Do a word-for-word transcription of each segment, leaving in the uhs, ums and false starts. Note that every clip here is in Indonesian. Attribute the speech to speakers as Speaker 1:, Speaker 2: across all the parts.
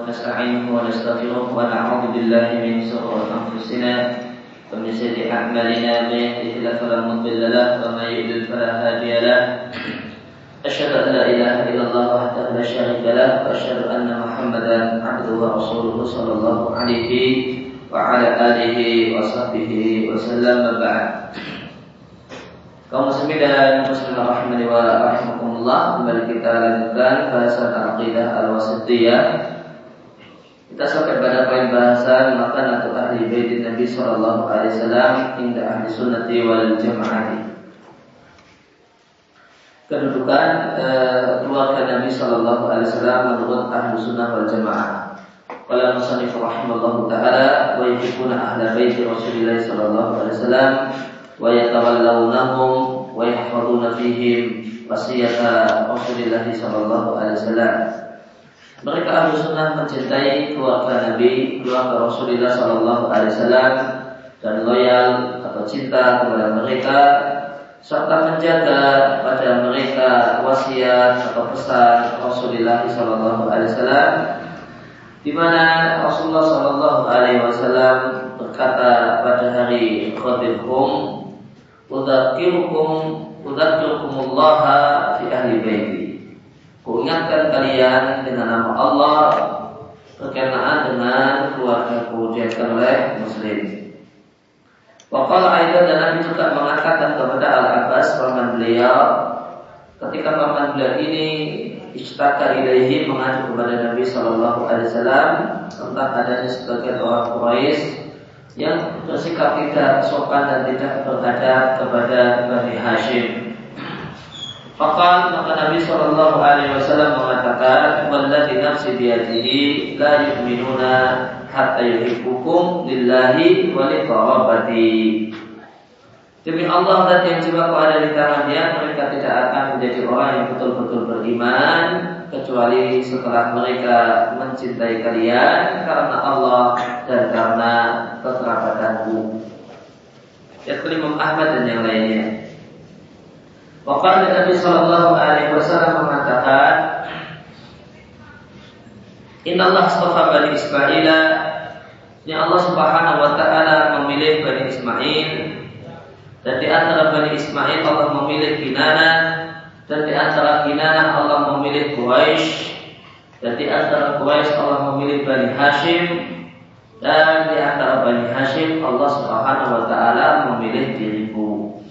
Speaker 1: ونستعينه ونستغفره ونعوذ بالله من شرور أنفسنا ومن سيئات أعمالنا من يهده الله فلا مضل له ومن يضلل فلا هادي له أشهد أن لا إله إلا الله وحده لا شريك له وأشهد أن محمدا عبده ورسوله صلى الله عليه وعلى آله وصحبه وسلم. وبعد. Kaum muslimin dan muslimah rahimani wa rahimakumullah, kembali kita lanjutkan bahasan aqidah al-wasithiyah. Kita sampai pada poin bahasan makan atau ahli bait Nabi sallallahu alaihi wasallam hingga ahli sunnati wal jamaah. Kedudukan eh, keluarga Nabi sallallahu alaihi wasallam menurut ahli sunnah wal jamaah. Qala musannif rahimallahu taala wa yuhibbuna ahla bait Rasulillah sallallahu alaihi wasallam wa yatawallawnahum wa yahfazuna fihim wasiyata Rasulillah sallallahu alaihi wasallam. Mereka ahlu sunnah mencintai keluarga Nabi, keluarga Rasulullah sallallahu alaihi wasallam dan loyal atau cinta kepada mereka serta menjaga pada mereka wasiat atau pesan Rasulullah sallallahu alaihi wasallam, di mana Rasulullah sallallahu alaihi wasallam berkata pada hari Qadirhum, Udzakirukum Udzakirukumullah fi ahli baiti. Kuingatkan kalian dengan nama Allah berkenaan dengan keluargaku, diatkan oleh Muslim. Waqala aidan, dan Nabi juga mengatakan kepada Al-Abbas paman beliau ketika paman beliau ini istaka ilaihi, mengadu kepada Nabi sallallahu alaihi wasallam tentang adanya sebagian orang Quraisy yang bersikap tidak sopan dan tidak beradab kepada Bani Hashim. Maka maka Nabi sallallahu alaihi wasallam mengatakan, "Walladzi nafsi biyadihi la yu'minuna hatta yuhibbukum lillahi wa li qarabati." Demi Allah dan yang jiwaku ada di tangannya, mereka tidak akan menjadi orang yang betul-betul beriman kecuali setelah mereka mencintai kalian karena Allah dan karena kekerabatanku. Ya, Imam Ahmad dan yang lainnya. Waqala Nabi sallallahu alaihi wasallam mengatakan, Inna Allah astafa Bani Ismail. Ya, Allah subhanahu wa ta'ala memilih Bani Ismail, dan di antara Bani Ismail Allah memilih Kinanah, dan di antara Kinanah Allah memilih Quraisy, dan di antara Quraisy Allah memilih Bani Hashim, dan di antara Bani Hashim Allah subhanahu wa ta'ala memilih diriku.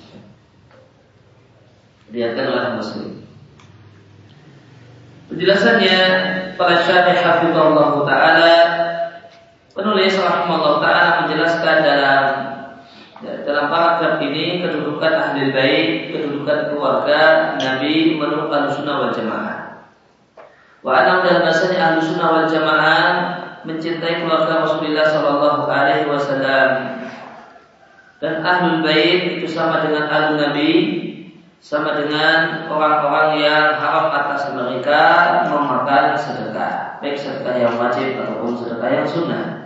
Speaker 1: Lihatkan oleh Muslim. Penjelasannya para syarih hafizallahu ta'ala, penulis rahimahullah ta'ala menjelaskan dalam dalam paragraf ini kedudukan ahli bait, kedudukan keluarga Nabi menurut Ahlussunnah wal Jamaah. Wa anam, dan bahasanya Ahlussunnah wal Jamaah mencintai keluarga Rasulullah sallallahu alaihi wasallam, dan ahlul bait itu sama dengan ahlul Nabi, sama dengan orang-orang yang haram atas mereka memakan sedekah, baik sedekah yang wajib ataupun sedekah yang sunnah.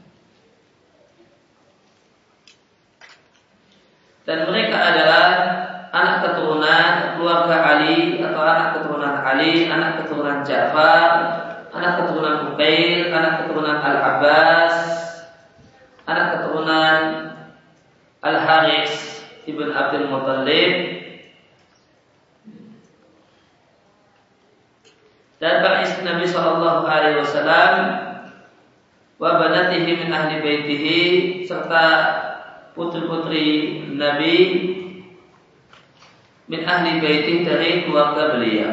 Speaker 1: Dan mereka adalah anak keturunan keluarga Ali atau anak keturunan Ali, anak keturunan Ja'far, anak keturunan Uqail, anak keturunan Al-Abbas, anak keturunan Al-Haris ibn Abdul Muttalib, dan para istri Nabi sallallahu alaihi wasallam, wa banatihi min ahli baitihi, serta putri-putri Nabi min ahli baitihi, dari keluarga beliau.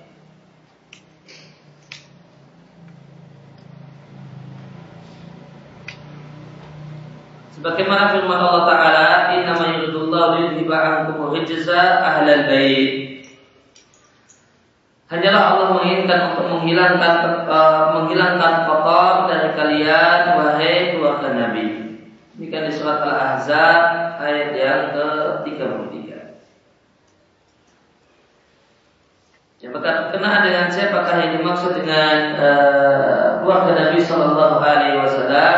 Speaker 1: Sebagaimana firman Allah Ta'ala, innama yuridullahu liyudhiba ankum rijza ahlal bait. Hanyalah Allah menginginkan untuk menghilangkan uh, menghilangkan kotor dari kalian, wahai keluarga Nabi. Ini kan di surat Al-Ahzab ayat yang ke tiga puluh tiga. Ya, maka berkenaan dengan siapakah yang dimaksud dengan uh, keluarga Nabi sallallahu alaihi wasallam,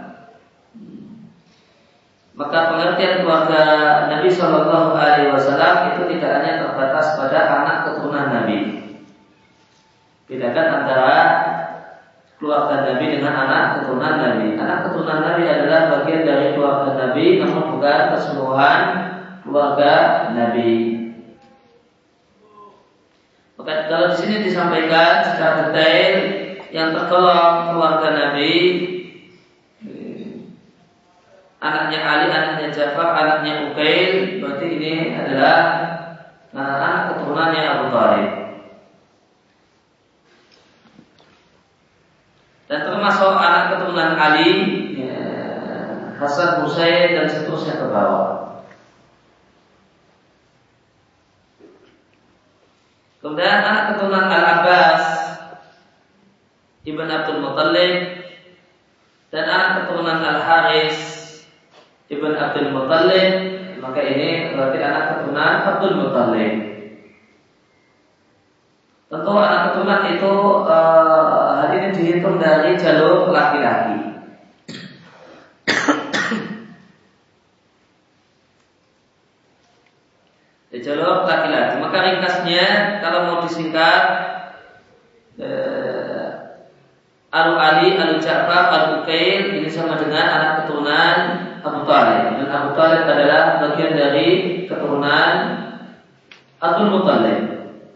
Speaker 1: maka pengertian keluarga Nabi sallallahu alaihi wasallam itu tidak hanya terbatas pada anak keturunan Nabi. Bedakan antara keluarga Nabi dengan anak keturunan Nabi. Anak keturunan Nabi adalah bagian dari keluarga Nabi, namun bukan keseluruhan keluarga Nabi. Maka kalau di sini disampaikan secara detail yang tergolong keluarga Nabi, anaknya Ali, anaknya Ja'far, anaknya Uqail, berarti ini adalah nah, anak keturunannya Abu Thalib. Dan termasuk anak keturunan Ali, ya, Hasan, Husain dan seterusnya ke bawah. Kemudian anak keturunan Al-Abbas Ibn Abdul Muttalib dan anak keturunan Al-Haris Ibn Abdul Muttalib, maka ini berarti anak keturunan Abdul Muttalib. Tentu anak keturunan itu uh, hal ini dihitung dari jalur laki-laki. Di jalur laki-laki. Maka ringkasnya kalau mau disingkat, uh, Alu Ali, Alu Ja'far, Alu Uqail ini sama dengan anak keturunan Abu Thalib. Dan Abu Thalib adalah bagian dari keturunan Abdul Muttalib.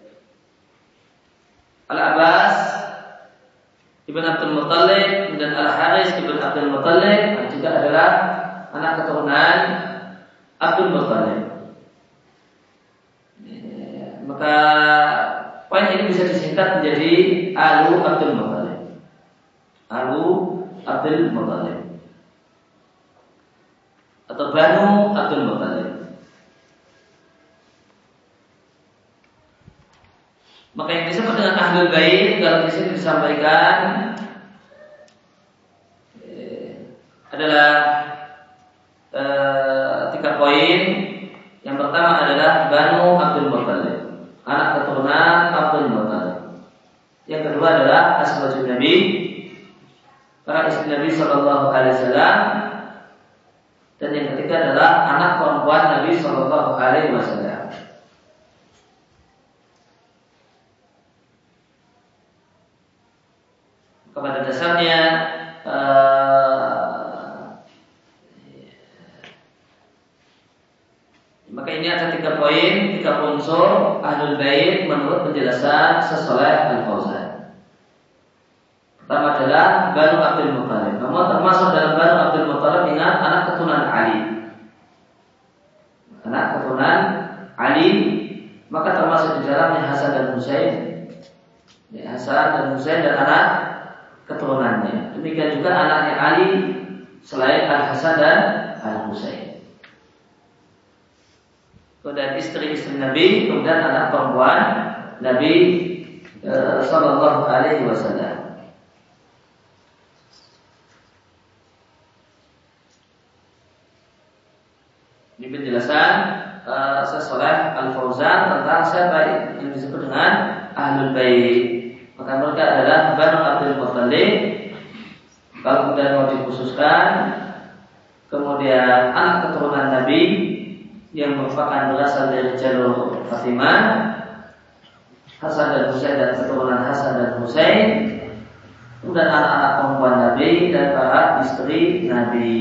Speaker 1: Al-Abbas Ibn Abdul Muttalib dan Al-Haris Ibn Abdul Muttalib juga adalah anak keturunan Abdul Muttalib. Maka poin ini bisa disingkat menjadi Alu Abdul Muttalib. Alu Abdul Muttalib atau Banu Abdul Muttalib. Maka yang disebut dengan Ahlul Bait kalau di sini disampaikan eh, adalah eh, tiga poin. Yang pertama adalah Banu Abdul Muttalib, anak keturunan Abdul Muttalib. Yang kedua adalah Azwajun Nabi, para istri Nabi Shallallahu Alaihi Wasallam. Dan yang ketiga adalah anak perempuan Nabi Shallallahu Alaihi Wasallam. Pada dasarnya uh, maka ini ada tiga poin, tiga unsur Ahlul Bait menurut penjelasan Syekh Al-Fauzan. Pertama adalah Banu Abdul Muttalib. Namun termasuk dalam Banu Abdul Muttalib ingat anak keturunan Ali. Anak keturunan Ali, maka termasuk di dalamnya Hasan dan Husain. Ya, Hasan dan Husain dan anak keturunannya. Demikian juga anaknya Ali selain Al-Hasan dan Al-Husain. Kemudian istri-istri Nabi, kemudian anak perempuan Nabi eh, Sallallahu Alaihi Wasallam. Ini penjelasan uh, Syekh Al-Fauzan tentang siapa yang disebut dengan Ahlul Bait. Maka mereka adalah Banu Abdul Muttalib. Kalau kemudian mau dikhususkan, kemudian anak keturunan Nabi yang merupakan berasal dari jalur Fatimah, Hasan dan Husain dan keturunan Hasan dan Husain, kemudian anak-anak perempuan Nabi dan para istri Nabi.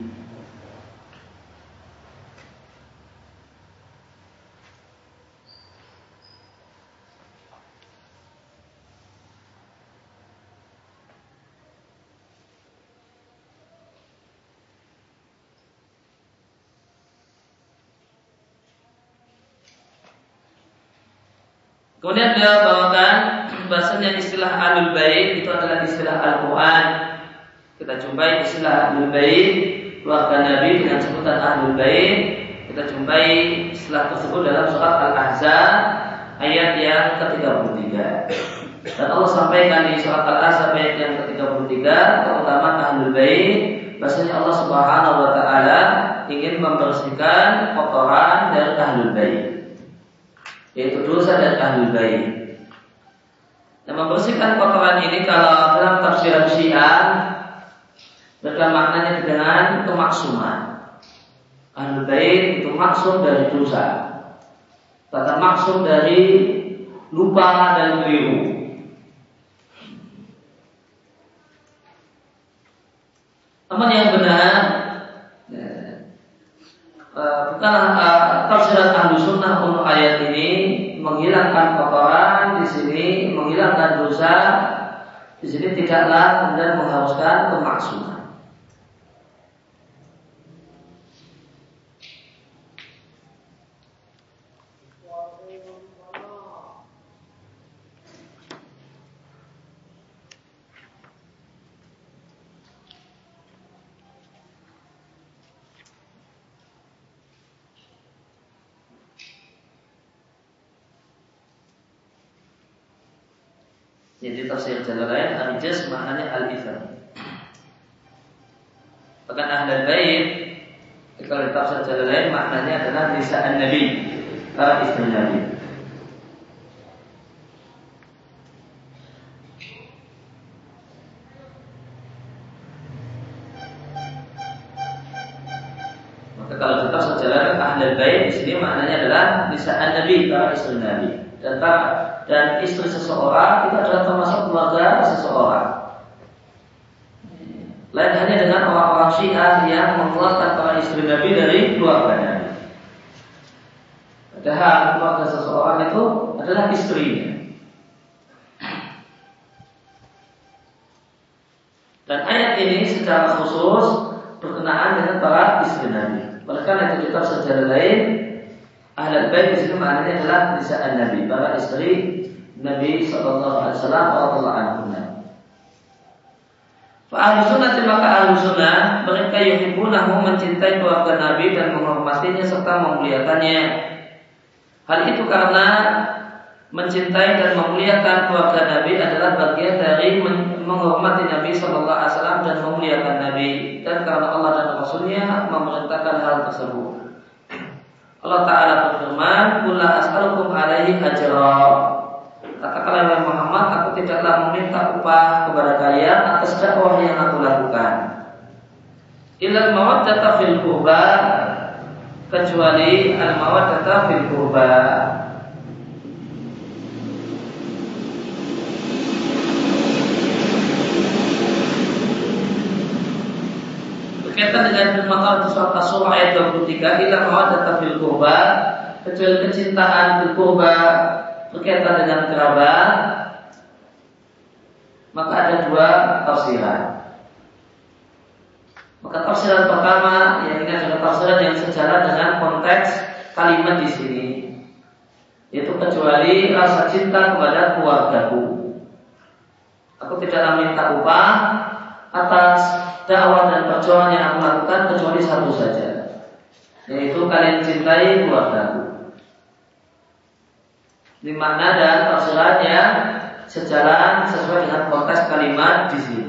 Speaker 1: Kemudian beliau bawakan bahasanya istilah Ahlul Bait itu adalah istilah Al-Quran. Kita jumpai istilah Ahlul Bait keluarga Nabi dengan sebutan Ahlul Bait. Kita jumpai istilah tersebut dalam surat Al-Ahzab ayat yang ke tiga puluh tiga. Dan Allah sampaikan di surat Al-Ahzab ayat yang ke tiga puluh tiga keutamaan Ahlul Bait. Bahasanya Allah Subhanahu Wa Taala ingin membersihkan kotoran dari Ahlul Bait, yaitu dosa dan Ahlul Bait. Dan membersihkan kotoran ini kalau dalam tafsiran Syiah mereka maknanya dengan kemaksuman. Ahlul Bait itu maksum dari dosa, bahkan maksum dari lupa dan keliru. Namun yang benar ya, uh, bukanlah uh, tafsiran ahlu sunnah untuk ayat ini menghilangkan kotoran di sini, menghilangkan dosa di sini tidaklah kemudian mengharuskan kemaksuman. Jadi tafsir jalan lain al-ijaz maknanya al-itham. Bahkan ahlul bait kalau tafsir jalan lain maknanya adalah nisa'an Nabi, para istri Nabi. Maka kalau tafsir jalan lain ahlul bait di sini maknanya adalah nisa'an Nabi, para istri Nabi. Dan para dan istri seseorang itu adalah termasuk keluarga seseorang. Lain hanya dengan orang-orang Syiah yang mengeluarkan para istri Nabi dari keluarganya. Padahal keluarga seseorang itu adalah istrinya. Dan ayat ini secara khusus berkenaan dengan para istri Nabi. Oleh karena itu kita sejarah lain Ahlul Bait di sini maknanya adalah nisa'an Nabi, para istri Nabi sallallahu alaihi wasallam radhiyallahu anhum. Fa ahlu sunnah maka ahlu sunnah mereka yuhibbunahu mencintai keluarga Nabi dan menghormatinya serta memuliakannya. Hal itu karena mencintai dan memuliakan keluarga Nabi adalah bagian dari menghormati Nabi sallallahu alaihi wasallam dan memuliakan Nabi, dan karena Allah dan Rasulnya memerintahkan hal tersebut. Allah Ta'ala berfirman, "Qul la as'alukum alaihi ajra." Katakanlah wahai Muhammad, aku tidaklah meminta upah kepada kalian atas dakwah yang aku lakukan. Illal mawaddata fil qurba, kecuali al mawaddata fil qurba. Berkaitan dengan firman Allah di surat Asy-Syura ayat dua puluh tiga, illa mawaddata fil qurba, kecuali kecintaan fil qurba berkaitan dengan kerabat, maka ada dua tafsiran. Maka tafsiran pertama yang ini adalah tafsiran yang sejalan dengan konteks kalimat di sini, yaitu kecuali rasa cinta kepada keluargaku. Aku tidaklah minta upah atas dakwah dan perjuangan yang aku lakukan kecuali satu saja, yaitu kalian cintai keluargaku. Ini makna dan tafsirannya sejalan sesuai dengan konteks kalimat di sini.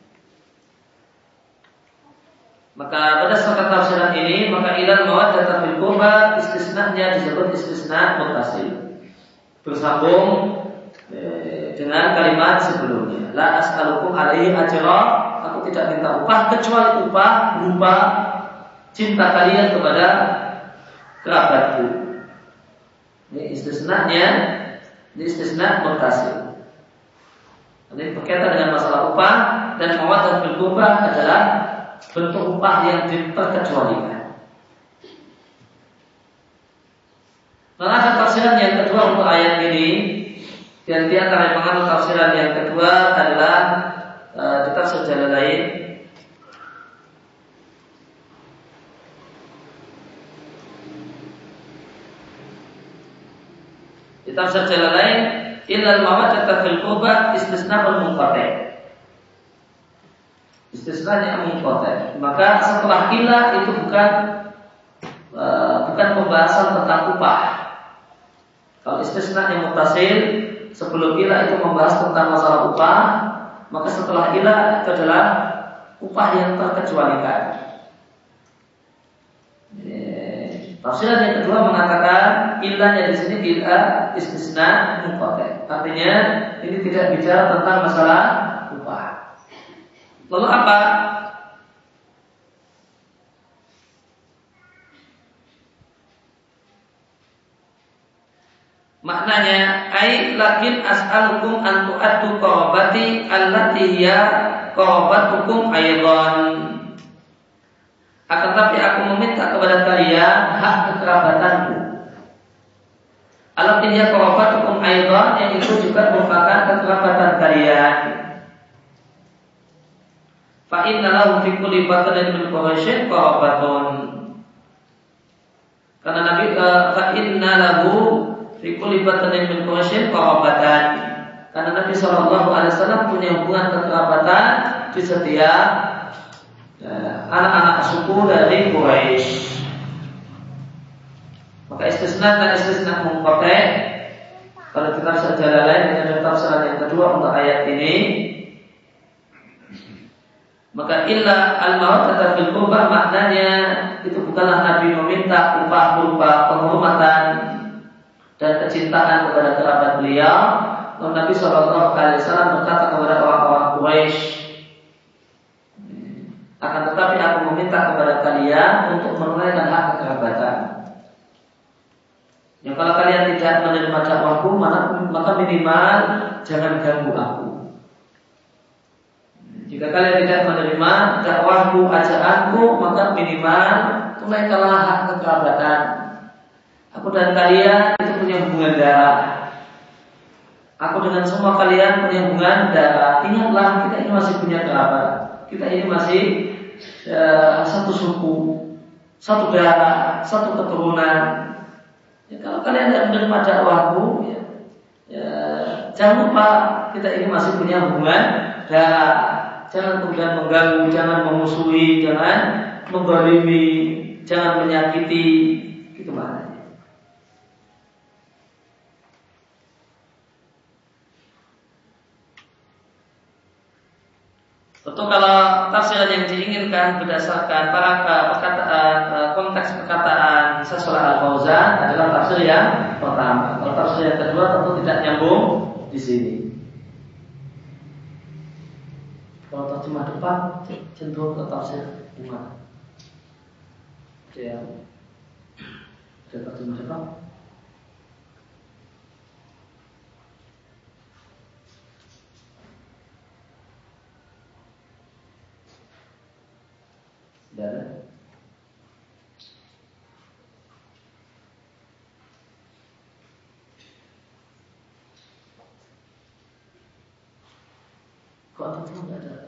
Speaker 1: Maka berdasarkan tafsiran ini, maka ilal mawaddata fil qurba istisnanya disebut istisna muttasil, bersambung eh, dengan kalimat sebelumnya. La as'alukum alaihi ajra, aku tidak minta upah kecuali upah berupa cinta kalian kepada kerabatku. Ini istisnanya, ini istisna muttasil. Ini berkaitan dengan masalah upah, dan mawaddah fil qurba adalah bentuk upah yang diperkecualikan. Lalu ada tafsiran yang kedua untuk ayat ini, dan di antara yang mengambil tafsiran yang kedua adalah e, di tafsir jalan lain. Di tafsir jalan lain, illal mawaddata fil qurba istisna'ul munqati'. Istisnanya munqati'. Maka setelah ila itu bukan e, bukan pembahasan tentang upah. Kalau istisna yang muttasil sebelum ila itu membahas tentang masalah upah, maka setelah ila itu adalah upah yang terkecualikan. Tafsiran yang kedua mengatakan ilahnya di sini ila istisna munqati'. Artinya ini tidak bicara tentang masalah upah. Lalu apa? Maknanya ai lakin as'alukum an tu'addu qarabati allati hiya qarabatukum aidan. Akan tapi aku meminta kepada kalian hak kekerabatanku. Alatinya korobatukum aidan, yang itu juga merupakan kekerabatan kalian. Fa inna lahu fi kulli batanin min quraisyin qarabatun. Karena Nabi fa inna lahu fi kulli batanin min quraisyin qarabatan. Karena Nabi sallallahu alaihi wasallam punya hubungan kekerabatan di setiap ya, anak-anak suku dari Quraisy. Maka istisna dan istisna munqati', kalau kita sejalan lain dengan tafsiran yang kedua untuk ayat ini, maka illa al-mawaddata fil qurbah, maknanya itu bukanlah Nabi meminta upah berupa penghormatan dan kecintaan kepada kerabat beliau. Namun Nabi shallallahu alaihi wasallam berkata kepada orang-orang Quraisy, akan tetapi aku meminta kepada kalian untuk menunaikan hak kekerabatan. Ya, kalau kalian tidak menerima dakwahku, maka minimal jangan ganggu aku. Jika kalian tidak menerima dakwahku, ajaanku, maka minimal tunaikanlah hak kekerabatan. Aku dan kalian itu punya hubungan darah. Aku dengan semua kalian punya hubungan darah. Ingatlah, kita ini masih punya kerabat. Kita ini masih uh, satu suku, satu darah, satu keturunan. Ya, kalau kalian tidak menerima dakwahku, ya, ya, jangan lupa kita ini masih punya hubungan darah. Jangan kemudian mengganggu, jangan memusuhi, jangan menggolimi, jangan menyakiti. Gitu maknanya. Tentu kalau tafsiran yang diinginkan berdasarkan para perkataan, konteks perkataan Syaikh Al-Fauzan adalah tafsir yang pertama. Kalau tafsir yang kedua tentu tidak nyambung di sini. Kalau terjemah depan cenderung ke tafsir umat. Ada ada terjemah depan. Tidak ada. Kok ada tuh nggak ada?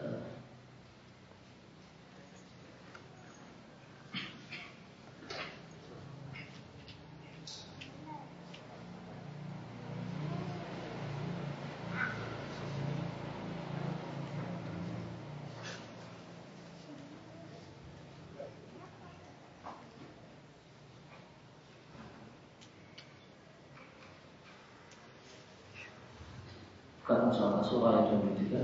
Speaker 1: Bukan masalah surah yang dua puluh tiga.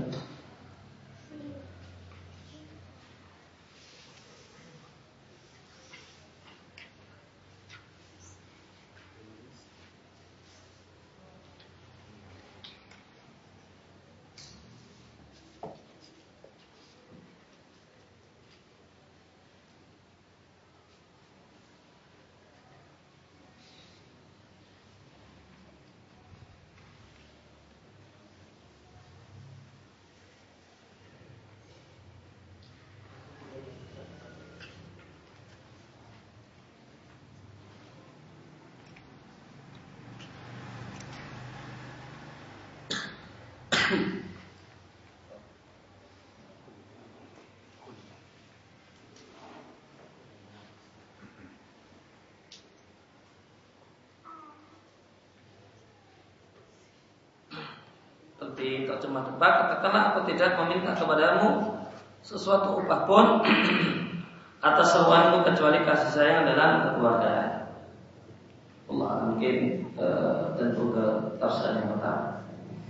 Speaker 1: Seperti terjemah depan, katakanlah aku tidak meminta kepadamu sesuatu upah pun atas seruanku kecuali kasih sayang dalam kekeluargaan. Allah mungkin uh, tentu ke tafsir yang pertama.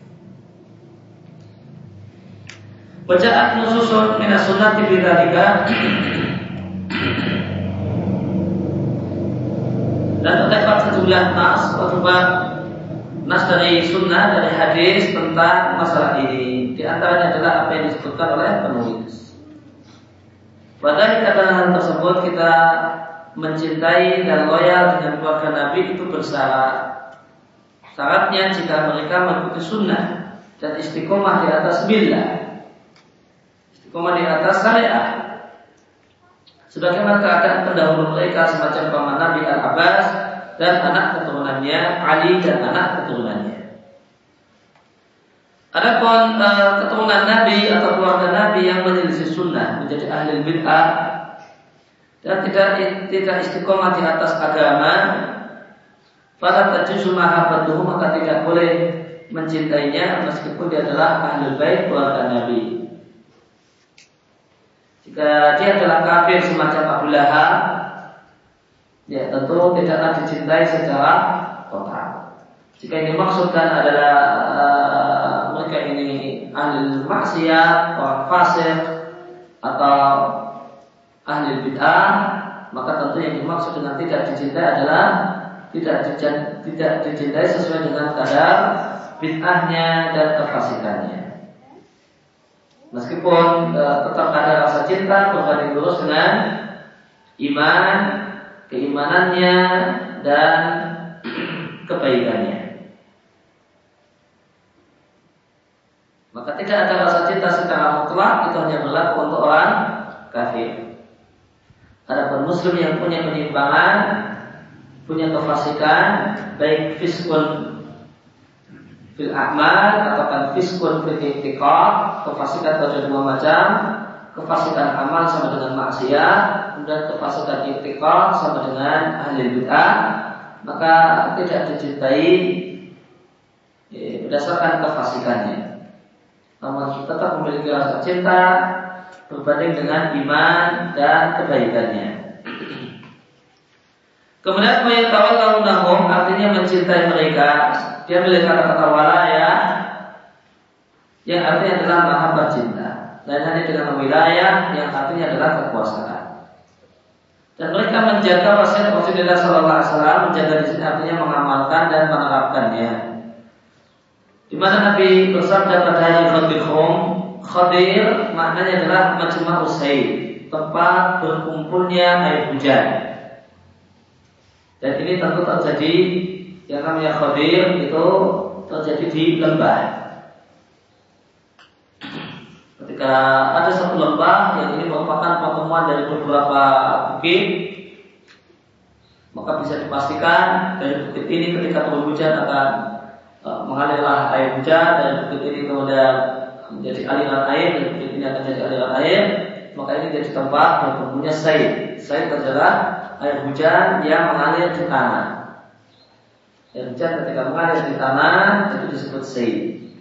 Speaker 1: Bacaan nususun minas sunnati bidzalika, dan terdapat sejumlah nas berupa nas dari sunnah, dari hadis tentang masalah ini. Di antaranya adalah apa yang disebutkan oleh penulis. Padahal pada hal tersebut kita mencintai dan loyal dengan keluarga Nabi itu bersyarat. Syaratnya jika mereka mengikuti sunnah dan istiqomah di atas billah, istiqomah di atas syariat. sebagaimana keadaan pendahulu mereka semacam paman Nabi Al-Abbas dan anak keturunannya Ali dan anak keturunannya. Adapun uh, keturunan Nabi atau keluarga Nabi yang menyelisih sunnah menjadi ahli bid'ah dan tidak tidak istiqomah di atas agama, fala tajuzu mahabbatuhu, maka tidak boleh mencintainya meskipun dia adalah ahli bait keluarga Nabi. Jika dia adalah kafir semacam Abu Lahab, ya tentu tidaklah dicintai secara total. Jika yang dimaksudkan adalah uh, mereka ini ahli maksiat, orang fasik atau ahli bid'ah, maka tentu yang dimaksud dengan tidak dicintai adalah tidak tidak dicintai sesuai dengan kadar bid'ahnya dan kefasikannya. Meskipun uh, tetap ada rasa cinta berbanding lurus dengan iman, keimanannya dan kebaikannya. Maka tidak ada rasa cinta secara mutlak, itu hanya berlaku untuk orang kafir. Adapun muslim yang punya penyimpangan, punya kefasikan, baik fiskun fil a'mal atau fiskun fil i'tiqad, kefasikan ada dua macam, kefasikan amal sama dengan maksiat, dan kefasikan i'tiqad sama dengan ahli bid'ah, maka tidak dicintai ya, berdasarkan kefasikannya. Namun tetap memiliki rasa cinta berbanding dengan iman dan kebaikannya. Kemudian mayatawallahunahum, artinya mencintai mereka. Dia memiliki kata-kata walayah yang artinya adalah mahabbah cinta, dan hanya dengan wilayah yang artinya adalah kekuasaan. Dan mereka menjaga wasiat Rasulullah Sallallahu Alaihi Wasallam, menjaga di sini artinya mengamalkan dan menerapkannya. Di mana Nabi bersabda pada hari Ghadir Khum, Ghadir maknanya adalah majma'us sayd, tempat berkumpulnya air hujan. Dan ini tentu terjadi, yang namanya Ghadir itu terjadi di lembah. Ketika ada satu lembah yang ini merupakan pertemuan dari beberapa bukit, maka bisa dipastikan dari bukit ini ketika turun hujan akan mengalirlah air hujan, dan bukit ini kemudian menjadi aliran air, dan bukit ini akan menjadi aliran air, maka ini jadi tempat berkumpulnya sayd. Sayd adalah air hujan yang mengalir di tanah. Air hujan ketika mengalir di tanah itu disebut sayd.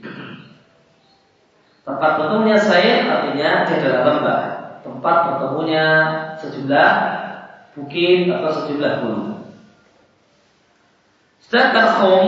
Speaker 1: Tempat bertemunya sayd artinya di dalam lembah, tempat bertemunya sejumlah bukit atau sejumlah gunung. Sedangkan Khum,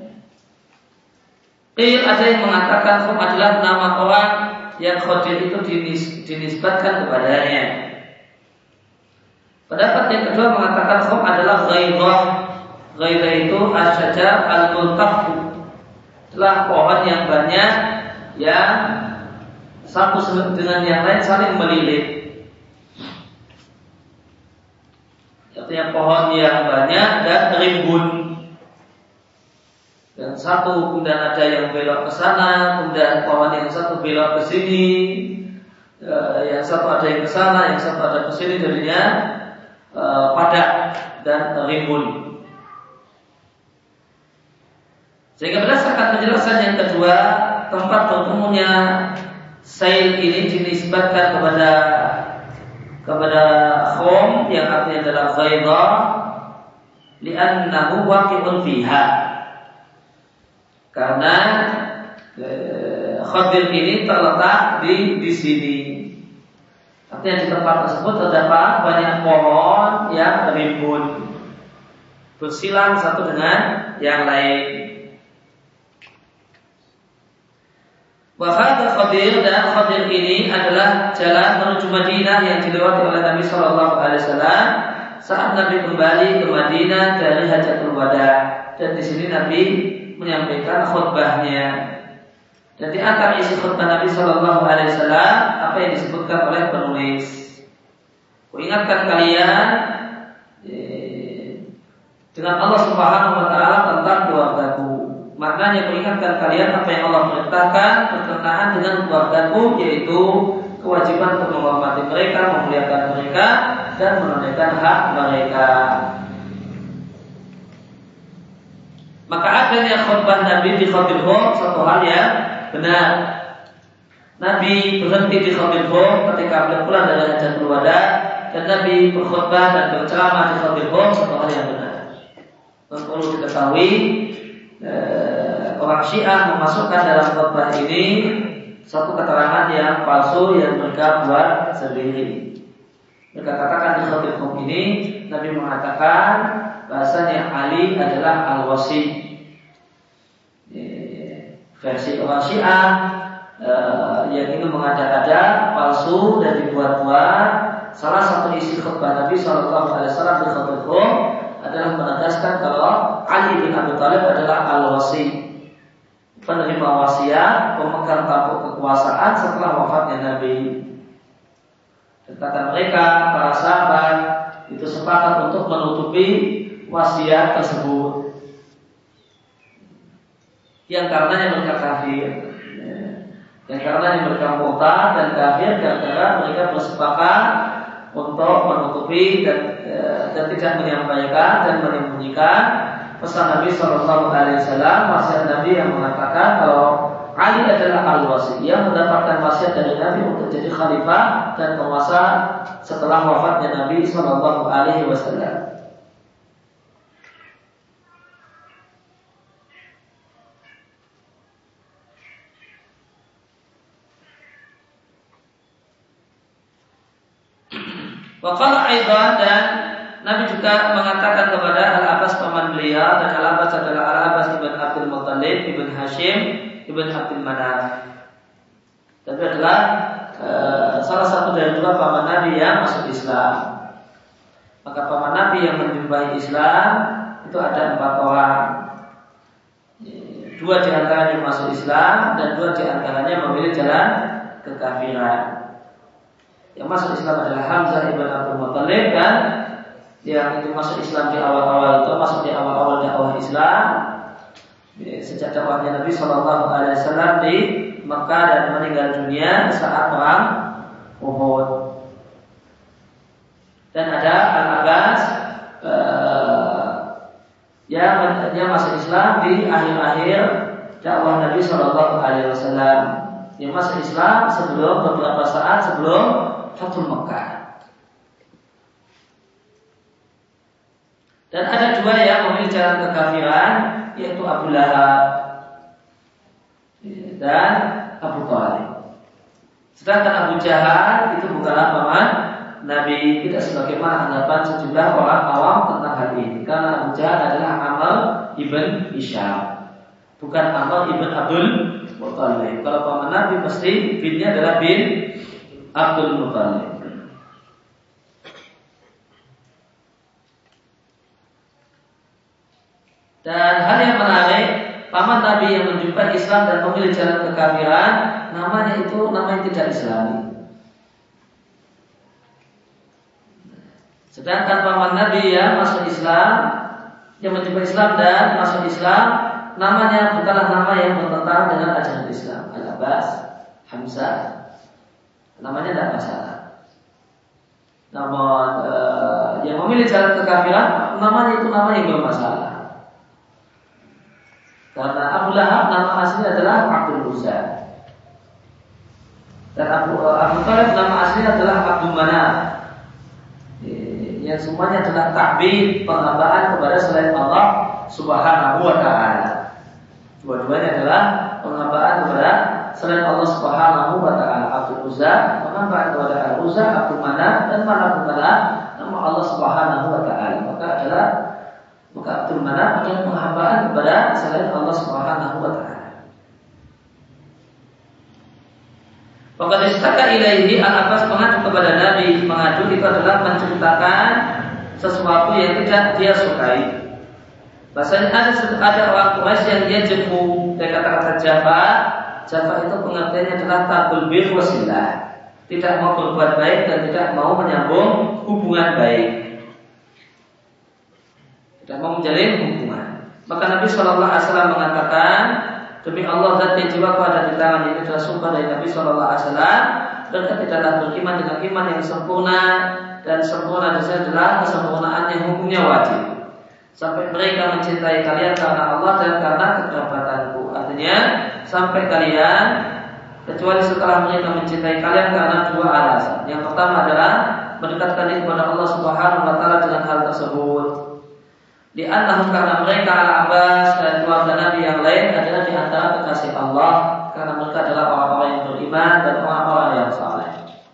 Speaker 1: Il ada yang mengatakan Khum adalah nama orang yang Khadir itu dinis, dinisbatkan kepadanya. Pendapat yang kedua mengatakan Khum adalah Ghairah. Ghairah itu asyajar al-multafu, adalah pohon yang banyak yang satu dengan yang lain saling melilit. Artinya pohon yang banyak dan rimbun. Dan satu kemudian ada yang belok ke sana, kemudian pohon yang satu belok ke sini, yang satu ada yang ke sana, yang satu ada ke sini, jadinya eh, padat dan rimbun. Sehingga berdasarkan penjelasan yang kedua, tempat bertemunya sail ini dinisbatkan kepada kepada Khum yang artinya adalah Ghairah, li'annahu waqi'un fiha. Karena eh, Khadir ini terletak di di sini. Artinya di tempat tersebut terdapat banyak pohon yang rimbun, bersilang satu dengan yang lain. Wahada Khadir, dan Khadir ini adalah jalan menuju Madinah yang dilewati oleh Nabi Shallallahu Alaihi Wasallam saat Nabi kembali ke Madinah dari Hajatul Wada. Dan di sini Nabi menyampaikan khutbahnya. Dan di antara isi khutbah Nabi Shallallahu Alaihi Wasallam apa yang disebutkan oleh penulis. Kuingatkan kalian eh, dengan Allah Subhanahu Wa Taala tentang keluargaku. Maknanya kuingatkan kalian apa yang Allah perintahkan berkenaan dengan keluargaku, yaitu kewajiban untuk menghormati mereka, memuliakan mereka, dan menunaikan hak mereka. Maka adanya khutbah Nabi di Khadirhum satu hal yang benar. Nabi berhenti di Khadirhum ketika beliau pulang dari Hajjatul Wada, dan Nabi berkhutbah dan berceramah di Khadirhum satu hal yang benar. Dan perlu diketahui, eh, orang Syiah memasukkan dalam khutbah ini satu keterangan yang palsu yang mereka buat sendiri. Mereka katakan di Khadirhum ini Nabi mengatakan bahasanya Ali adalah Al-Wasi. Versi orang Syiah uh, yang ini mengada-ada, palsu dan dibuat-buat. Salah satu isi khutbah Nabi shallallahu alaihi wasallam di Khadirhum adalah menegaskan kalau Ali bin Abi Thalib adalah Al-Wasi, penerima wasiat, pemegang tampuk kekuasaan setelah wafatnya Nabi. Dan kata mereka, para sahabat itu sepakat untuk menutupi wasiat tersebut, yang karenanya mereka kafir, yang karenanya mereka murtad dan kafir karena mereka bersepakat untuk menutupi dan, dan tidak menyampaikan dan menyembunyikan pesan Nabi Shallallahu Alaihi Wasallam, wasiat Nabi yang mengatakan kalau Ali adalah Al-Wasi, yang mendapatkan wasiat dari Nabi untuk jadi khalifah dan penguasa setelah wafatnya Nabi Shallallahu Alaihi Wasallam. Waqala aidan, dan Nabi juga mengatakan kepada Al-Abbas paman beliau, dan Al-Abbas adalah Al-Abbas ibn Abdul Muttalib ibn Hashim ibn Abdul Manaf. Tapi adalah e, salah satu dari dua paman Nabi yang masuk Islam. Maka paman Nabi yang menjumpai Islam itu ada empat orang. Dua di antaranya masuk Islam dan dua di antaranya memilih jalan kekafiran. Yang masuk Islam adalah Hamzah ibn Abdul Muttalib, dan yang itu masuk Islam di awal-awal itu masuk di awal-awal dakwah Islam sejak dakwahnya Nabi Shallallahu Alaihi Wasallam di Mekah dan meninggal dunia saat perang Uhud. Dan ada Al-Abbas uh, yang, yang masuk Islam di akhir-akhir dakwah Nabi Shallallahu Alaihi Wasallam, yang masuk Islam sebelum beberapa saat sebelum Fathul Mekah. Dan ada dua yang memilih jalan kekafiran, yaitu Abu Lahab dan Abu Thalib. Sedangkan Abu Jahal itu bukanlah paman Nabi, tidak sebagaimana anggapan sejumlah orang awam tentang hal ini. Karena Abu Jahal adalah Amr ibn Hisham, bukan Amr ibn Abdul Muttalib. Kalau paman Nabi pasti binnya adalah bin Abdul Muttalib. Dan hal yang menarik, paman Nabi yang menjumpai Islam dan memilih jalan kekafiran, namanya itu nama yang tidak Islami. Sedangkan paman Nabi yang masuk Islam, yang menjumpai Islam dan masuk Islam, namanya bukanlah nama yang bertentangan dengan ajaran Islam. Al-Abbas, Hamzah, namanya tidak masalah. Namun e, yang memilih jalan kekafiran, namanya itu nama yang bermasalah. Karena Abu Lahab nama aslinya adalah Abdul Uzza, dan Abu Abu Thalib nama aslinya adalah Abdul Manaf. Yang semuanya adalah ta'bid, penghambaan kepada selain Allah Subhanahu wa taala. Dua-duanya adalah penghambaan kepada selain Allah Subhanahu wa taala. Abdul Uzza penghambaan kepada Al-Uzza, Abdul Manaf, dan Manaf adalah nama Allah Subhanahu wa taala. Maka adalah maka Abdul Manaf adalah penghambaan kepada selain Allah Subhanahu wa taala. Maka istaka ilaihi, Al-Abbas mengadu kepada Nabi. Mengadu itu adalah menceritakan sesuatu yang tidak dia sukai. Bahasanya ada ada orang Quraisy yang dia jefu dari kata-kata Jafa. Jafa itu pengertiannya adalah tabul bir wasilah, tidak mau berbuat baik dan tidak mau menyambung hubungan baik, tidak mau menjalin hubungan. Maka Nabi Shallallahu Alaihi Wasallam mengatakan, demi Allah zat yang jiwaku ada di tangan, ini adalah sumpah dari Nabi Shallallahu Alaihi Wasallam. Mereka tidaklah beriman dengan iman yang sempurna dan sempurna di sini adalah kesempurnaan yang hukumnya wajib. Sampai mereka mencintai kalian karena Allah dan karena kekerabatanku. Artinya sampai kalian, kecuali setelah mereka mencintai kalian karena dua alasan. Yang pertama adalah mendekatkan diri kepada Allah Subhanahu wa taala dengan hal tersebut. Di antara karena mereka Al-Abbas dan keluarga Nabi yang lain adalah di antara kekasih Allah, karena mereka adalah orang-orang yang beriman dan orang-orang yang saleh.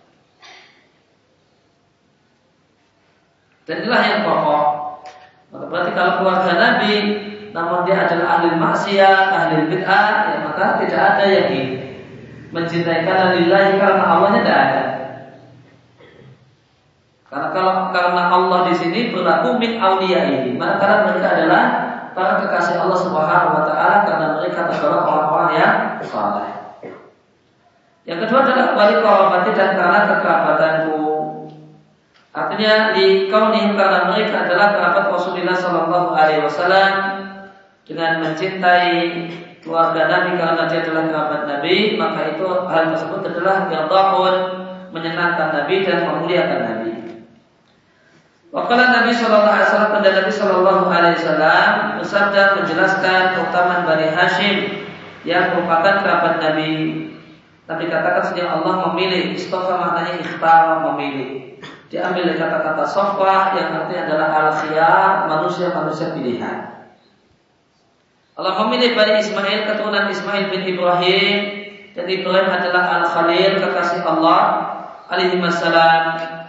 Speaker 1: Dan inilah yang pokok. Maka berarti kalau keluarga Nabi namun dia adalah ahli maksiat, ahli bid'ah, ya maka tidak ada yang mencintai karena lillahi, karena Allahnya tidak ada. Karena kalau karena Allah di sini berlaku min auliyaihi, maka karena mereka adalah para kekasih Allah Subhanahu wa taala, karena mereka tergolong orang-orang yang saleh. Yang kedua adalah wali qarabati, dan karena kekerabatanku. Artinya di kaunihim, karena mereka adalah kerabat Rasulullah sallallahu alaihi wasallam, dengan mencintai keluarga Nabi karena dia adalah kerabat Nabi, maka itu hal tersebut adalah yardahun, menyenangkan Nabi dan memuliakan Nabi. Wakala Nabi sallallahu alaihi wasallam, dan Nabi sallallahu alaihi wasallam bersabda menjelaskan keutamaan Bani Hashim yang merupakan kerabat Nabi. Nabi katakan sejak Allah memilih, istofa maknanya ikhtar, memilih. Diambil dari kata-kata sofwa yang artinya adalah al-khiyar, manusia-manusia pilihan. Allah memilih Bani Ismail, keturunan Ismail bin Ibrahim, dan Ibrahim adalah al-Khalil, kekasih Allah alaihi wassalam.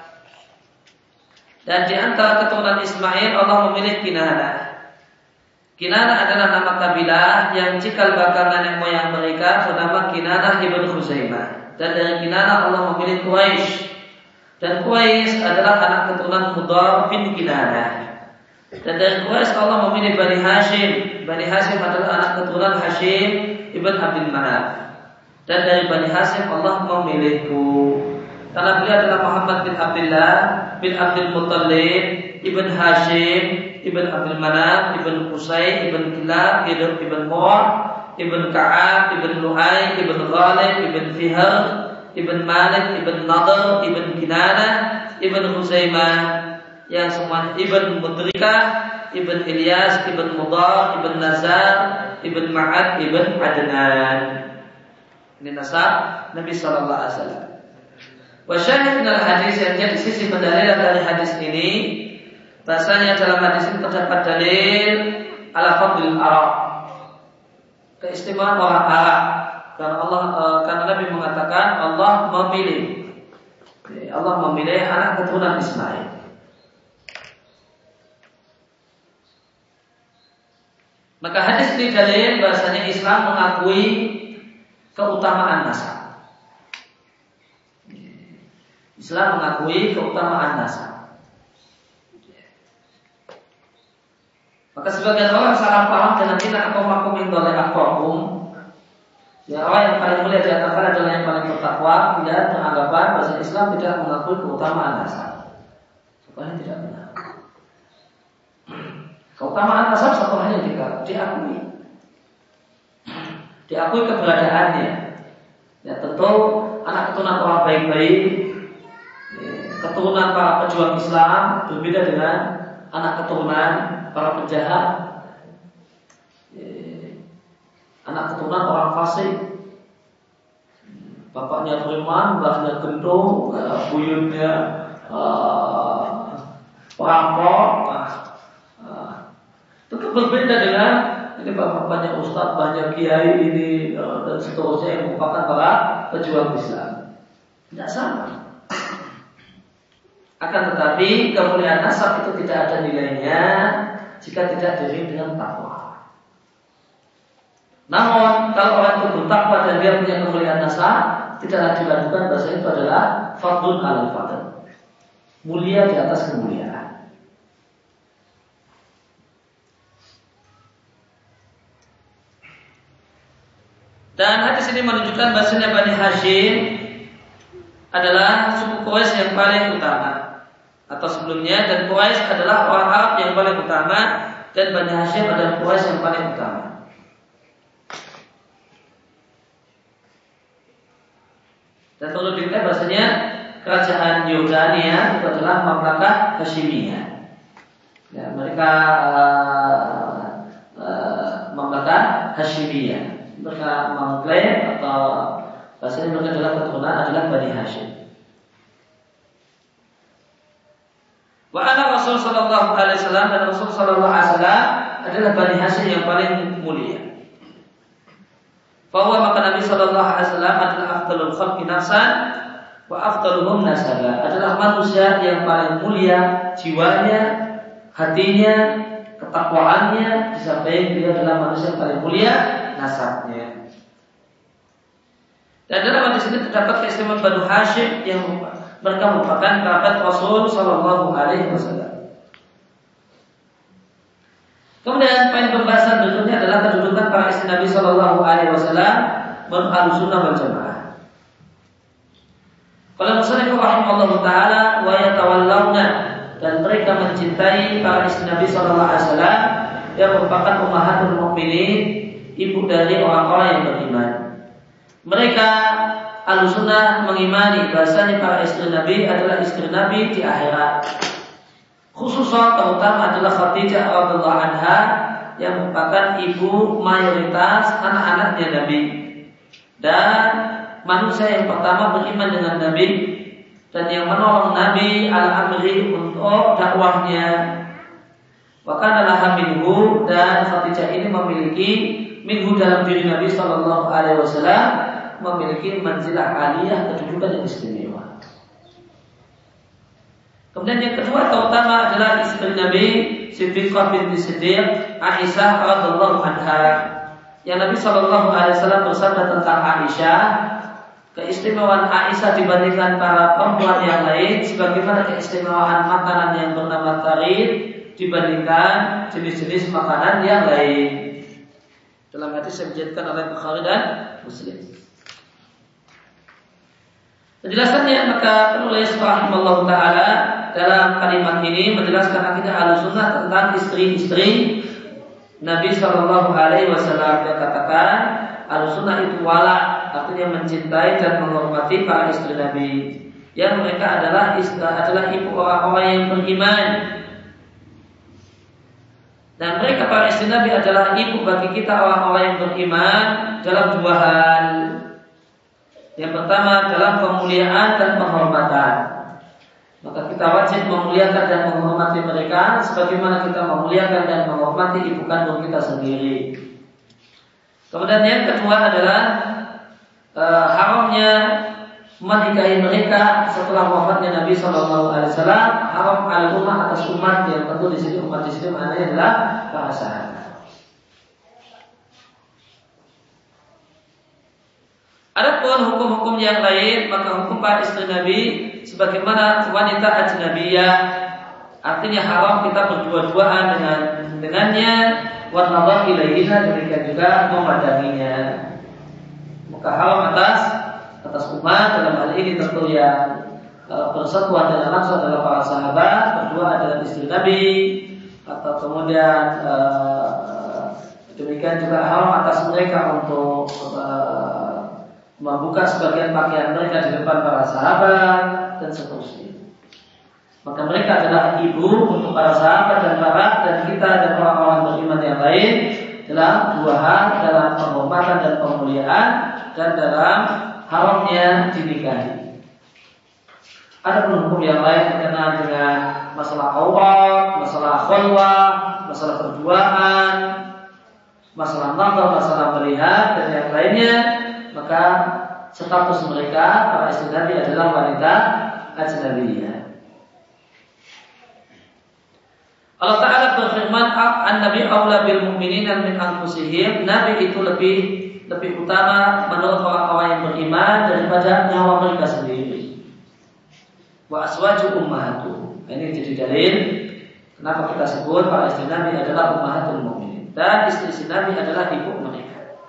Speaker 1: Dan di antara keturunan Ismail Allah memilih Kinanah. Kinanah adalah nama kabilah yang cikal bakal nenek moyang mereka bernama Kinanah ibn Khuzaimah. Dan dari Kinanah Allah memilih Quraisy. Dan Quraisy adalah anak keturunan Mudar bin Kinanah. Dan dari Quraisy Allah memilih Bani Hashim. Bani Hashim adalah anak keturunan Hashim ibn Abdul Manaf. Dan dari Bani Hashim Allah memilihku, karena beliau adalah Muhammad bin Abdullah bin Abdul Muttalib ibn Hashim ibn Abdul Manaf ibn Qusay ibn Kilab ibn Murrah ibn Ka'ab ibn Lu'ay ibn Ghalib ibn Fihr ibn Malik ibn Nadr ibn Kinanah ibn Khuzaimah, yang semua ibn Mudrikah ibn Ilyas ibn Mudar ibn Nazar ibn Ma'ad ibn Adnan. Ini nasab Nabi sallallahu alaihi wasallam. Wa syahid minal hadis, yang jadi sisi pendalilan dari hadis ini, bahasanya dalam hadis ini terdapat dalil ala fadlil Arab, keistimewaan orang Arab. Karena Allah, e, karena Nabi mengatakan Allah memilih, Allah memilih anak keturunan Ismail. Maka hadis ini dalil bahasanya Islam mengakui keutamaan nasab. Islam mengakui keutamaan nasab. Maka sebagian orang salah paham dengan kita akomakum min doleh akomakum. Ya, orang yang paling mulia di antara kalian adalah yang paling bertakwa, tidak beranggapan bahasa Islam tidak mengakui keutamaan nasab. Sebenarnya tidak benar. Keutamaan nasab sebenarnya diakui, diakui keberadaannya. Ya, tentu anak keturunan orang baik-baik, keturunan para pejuang Islam berbeda dengan anak keturunan para penjahat, anak keturunan orang fasik. Bapaknya preman, mbahnya gendong, buyutnya uh, perampok. Uh, Itu berbeda dengan ini bapaknya ustadz, banyak kiai ini uh, dan seterusnya yang merupakan para pejuang Islam. Tidak sama. Akan tetapi kemuliaan nasab itu tidak ada nilainya jika tidak diiringi dengan takwa. Namun kalau orang itu bertakwa dan dia punya kemuliaan nasab, tidaklah diragukan bahasa itu adalah fadlun alal fadl, mulia di atas kemuliaan. Dan hadis ini menunjukkan bahasanya Bani Hashim adalah suku Quraisy yang paling utama atau sebelumnya, dan Quraisy adalah orang Arab yang paling utama, dan Bani Hashim adalah Quraisy yang paling utama. Dan perlu diketahui bahasanya kerajaan Yordania itu adalah Mamlakah Hasyimiyah. Ya, mereka uh, uh, Mamlakah Hasyimiyah. Mereka mengklaim atau bahasanya mereka adalah keturunan adalah Bani Hashim. Wa ana Rasul sallallahu alaihi wasallam dan Rasul sallallahu alaihi wasallam adalah Bani Hashim yang paling mulia. Bahwa maka Nabi sallallahu alaihi wasallam adalah afdalul khalqi nafsan wa afdaluhum nasaba, adalah manusia yang paling mulia jiwanya, hatinya, ketakwaannya, disampaikan dia adalah manusia yang paling mulia nasabnya. Dan dalam hadis ini terdapat keistimewaan Banu Hashim yang mereka merupakan kerabat Rasul sallallahu alaihi wasallam. Kemudian poin pembahasan berikutnya adalah kedudukan para istri Nabi sallallahu alaihi wasallam menurut Ahlussunnah wal Jamaah. Qala musannif rahimallahu taala wa yatawallawna, dan mereka mencintai para istri Nabi sallallahu alaihi wasallam yang merupakan ummahatul mukminin, ibu dari orang-orang yang beriman. Mereka Ahlussunnah mengimani bahasanya para istri Nabi adalah istri Nabi di akhirat. Khususnya terutama adalah Khadijah radhiyallahu anha yang merupakan ibu mayoritas anak-anaknya Nabi dan manusia yang pertama beriman dengan Nabi dan yang menolong Nabi al-amri untuk dakwahnya. Maka adalah minhu, dan Khadijah ini memiliki minhu dalam diri Nabi sallallahu alaihi wasallam memiliki manzilah aliyah, kedudukan yang istimewa. Kemudian yang kedua terutama adalah istri Nabi Siddiqah binti Siddiq Aisyah radhiyallahu anha. Yang Nabi sallallahu alaihi wasallam bersabda tentang Aisyah, keistimewaan Aisyah dibandingkan para perempuan yang lain sebagaimana keistimewaan makanan yang bernama tarid dibandingkan jenis-jenis makanan yang lain. Dalam hadis yang dijadikan oleh Bukhari dan Muslim. Penjelasannya, maka penulis rahimallahu taala dalam kalimat ini menjelaskan akidah Ahlussunnah tentang istri-istri Nabi sallallahu alaihi wasallam. Dia katakan Ahlussunnah itu wala, artinya mencintai dan menghormati para istri Nabi yang mereka adalah istri, adalah ibu orang-orang yang beriman. Dan mereka para istri Nabi adalah ibu bagi kita orang-orang yang beriman dalam dua hal. Yang pertama dalam pemuliaan dan penghormatan. Maka kita wajib memuliakan dan menghormati mereka sebagaimana kita memuliakan dan menghormati ibu kandung kita sendiri. Kemudian yang kedua adalah e, haramnya menikahi mereka setelah wafatnya Nabi Shallallahu Alaihi Wasallam. Haram al-ummah atas umat, yang tentu di sini umat di sini maknanya adalah para sahabat. Adapun hukum-hukum yang lain, maka hukum para istri Nabi sebagaimana wanita ajnabiyah, artinya haram kita berdua-duaan dengan dengannya, wa nadhar ilaiha, demikian juga memandanginya. Maka haram atas atas umat dalam hal ini tentu yang e, bersatuan dengan langsung adalah para sahabat, berdua adalah istri Nabi, atau kemudian e, demikian juga haram atas mereka untuk e, membuka sebagian pakaian mereka di depan para sahabat dan seterusnya. Maka mereka adalah ibu untuk para sahabat dan para dan kita dan orang-orang beriman yang lain dalam dua hal, dalam penghormatan dan pemuliaan dan dalam haramnya dinikahi. Ada pun hukum yang lain berkenaan dengan masalah aurat, masalah khulwah, masalah berduaan, masalah nazar, masalah melihat dan yang lainnya. Maka status mereka para istri Nabi adalah wanita ajnabiyah. Allah Ta'ala berfirman, An-Nabi aula bil mu'minina min anfusihim. Nabi itu lebih lebih utama menurut orang-orang yang beriman daripada nyawa mereka sendiri. Wa aswaju ummahatuhum. Ini jadi dalil kenapa kita sebut para istri Nabi adalah ummahatul mu'minin, dan istri-istri Nabi adalah ibu mereka.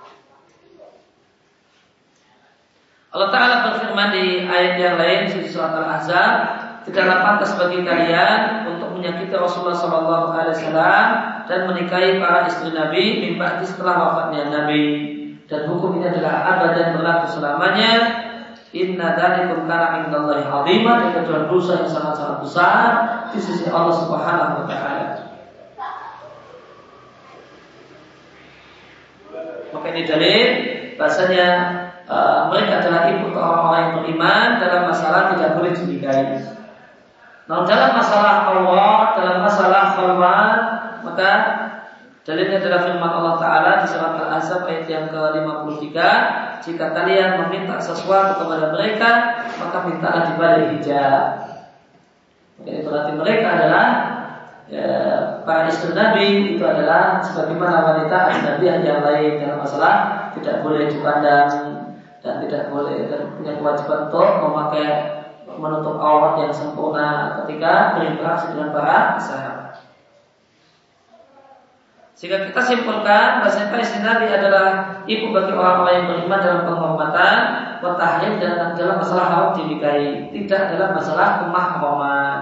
Speaker 1: Allah Ta'ala berfirman di ayat yang lain di surat Al-Ahzab, tidaklah pantas bagi kalian untuk menyakiti Rasulullah shallallahu alaihi wasallam dan menikahi para istri Nabi mimpi setelah wafatnya Nabi, dan hukum ini adalah abad dan berlaku selamanya Inna dzalikum kana 'indallahi 'azima, dan itu adalah dosa yang sangat-sangat besar di sisi Allah Subhanahu wa taala. Maka ini dalil bahasanya uh, mereka adalah ibu orang-orang yang beriman dalam masalah tidak boleh dinikahi. Nah, dalam masalah Allah, dalam masalah khulwat, maka dalilnya adalah firman Allah Ta'ala di surat Al-Ahzab ayat yang ke lima puluh tiga, jika kalian meminta sesuatu kepada mereka, maka mintalah di balik hijab. Jadi berarti mereka adalah ya, para istri Nabi itu adalah sebagaimana wanita ajnabiyah yang lain dalam masalah tidak boleh dipandang dan tidak boleh dan punya kewajiban untuk memakai menutup aurat yang sempurna ketika berinteraksi dengan para sahabat. Sehingga kita simpulkan bahwa istri Nabi adalah ibu bagi orang-orang yang beriman dalam penghormatan, tahrim dan dalam masalah haram dinikahi, tidak dalam masalah kemahraman.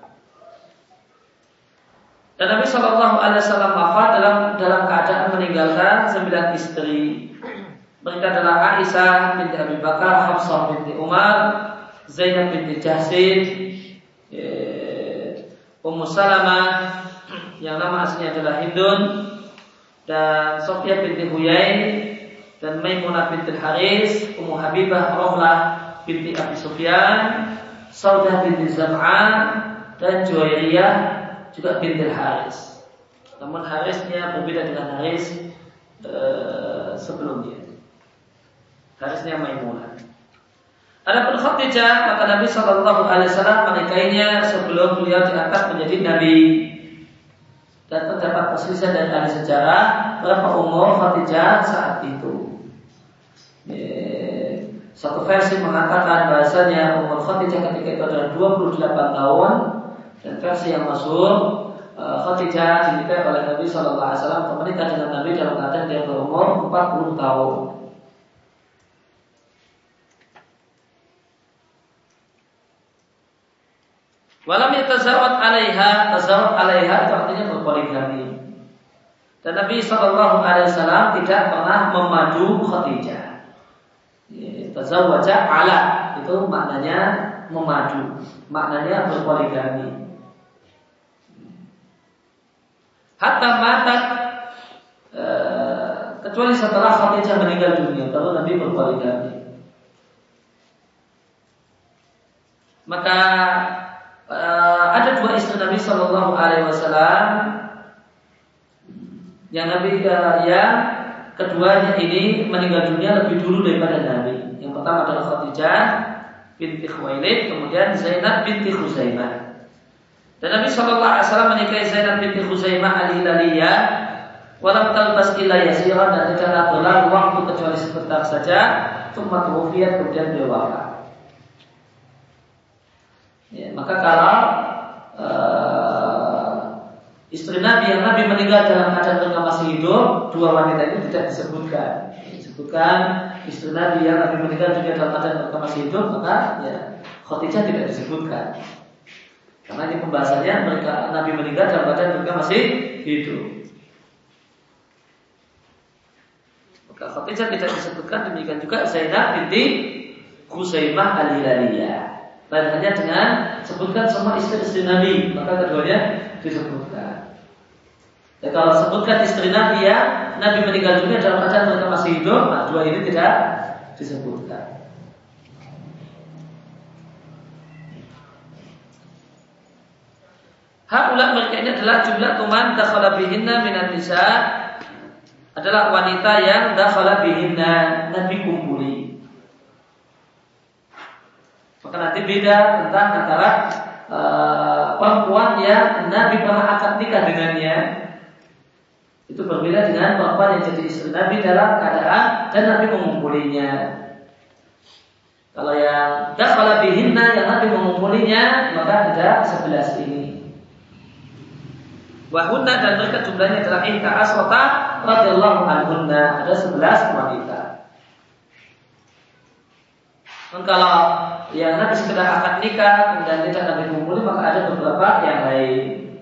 Speaker 1: Dan Nabi Shallallahu Alaihi Wasallam wafat dalam dalam keadaan meninggalkan sembilan istri. Mereka adalah Aisyah binti Abi Bakar, Hafsah binti Umar, Zainab binti Jahsin, Ummu Salamah yang nama aslinya adalah Hindun, dan Sofia binti Huyai, dan Maimunah binti Haris, Ummu Habibah Rohlah binti Abi Sufyan, Saudah binti Zam'an, dan Juwairiyah juga binti Haris. Namun Harisnya berbeda dengan Haris uh, sebelumnya. Harisnya Maimunah. Adapun Khadijah, maka Nabi Shallallahu Alaihi Wasallam menikahinya sebelum beliau diangkat menjadi Nabi. Dan terdapat perselisihan dari ahli sejarah berapa umur Khadijah saat itu. Satu versi mengatakan bahasanya umur Khadijah ketika itu adalah dua puluh delapan tahun, dan versi yang masyhur Khadijah dinikahi oleh Nabi Shallallahu Alaihi Wasallam atau menikah dengan Nabi dalam keadaan dia berumur empat puluh tahun. Walam yatazawwad 'alaiha, tazawwud 'alaiha itu artinya berpoligami. Dan Nabi Shallallahu Alaihi Wasallam tidak pernah memadu Khadijah. Tazawwaja 'ala itu maknanya memadu, maknanya berpoligami. Hatta matat e, kecuali setelah Khadijah meninggal dunia baru Nabi berpoligami. Maka Uh, ada dua istri Nabi Shallallahu Alaihi Wasallam yang Nabi uh, yang keduanya ini meninggal dunia lebih dulu daripada Nabi. Yang pertama adalah Khadijah binti Khuwailid, kemudian Zainab binti Khuzaimah. Dan Nabi Shallallahu Alaihi Wasallam menikahi Zainab binti Khuzaimah al-Hilaliyah, walam talbas illa yasiran, dan tidaklah berlalu waktu kecuali sebentar saja. Tsumma tuwfiyat, kemudian beliau wafat. Ya, maka kalau uh, istri Nabi yang Nabi meninggal dalam keadaan mereka masih hidup, dua wanita itu tidak disebutkan. Disebutkan istri Nabi yang Nabi meninggal juga dalam keadaan mereka masih hidup, maka ya Khadijah tidak disebutkan. Karena ini pembahasannya mereka Nabi meninggal dalam keadaan mereka masih hidup. Maka Khadijah tidak disebutkan, demikian juga Zainab binti Khuzaimah al-Hilaliyah. Dan hanya dengan sebutkan semua istri-istri Nabi, maka keduanya disebutkan. Ya, kalau sebutkan istri Nabi ya Nabi meninggal dunia dalam keadaan mereka masih hidup, nah dua ini tidak disebutkan. Haula mereka ini adalah jumlah tuman dakhala bihinna minan nisa, adalah wanita yang dakhala bihinna Nabi kumpuli. Maka nanti beda tentang antara uh, perempuan yang Nabi pernah akad nikah dengannya. Itu berbeda dengan perempuan yang jadi istri Nabi dalam keadaan dan Nabi mengumpulinya. Kalau yang dakhala bihinna yang Nabi mengumpulinya, maka ada sebelas ini. Wahunna, dan mereka jumlahnya adalah ihda asrata radhiyallahu anhunna, ada sebelas wanita. Dan kalau yang Nabi sekedar akad nikah dan tidak Nabi kumpuli, maka ada beberapa yang lain.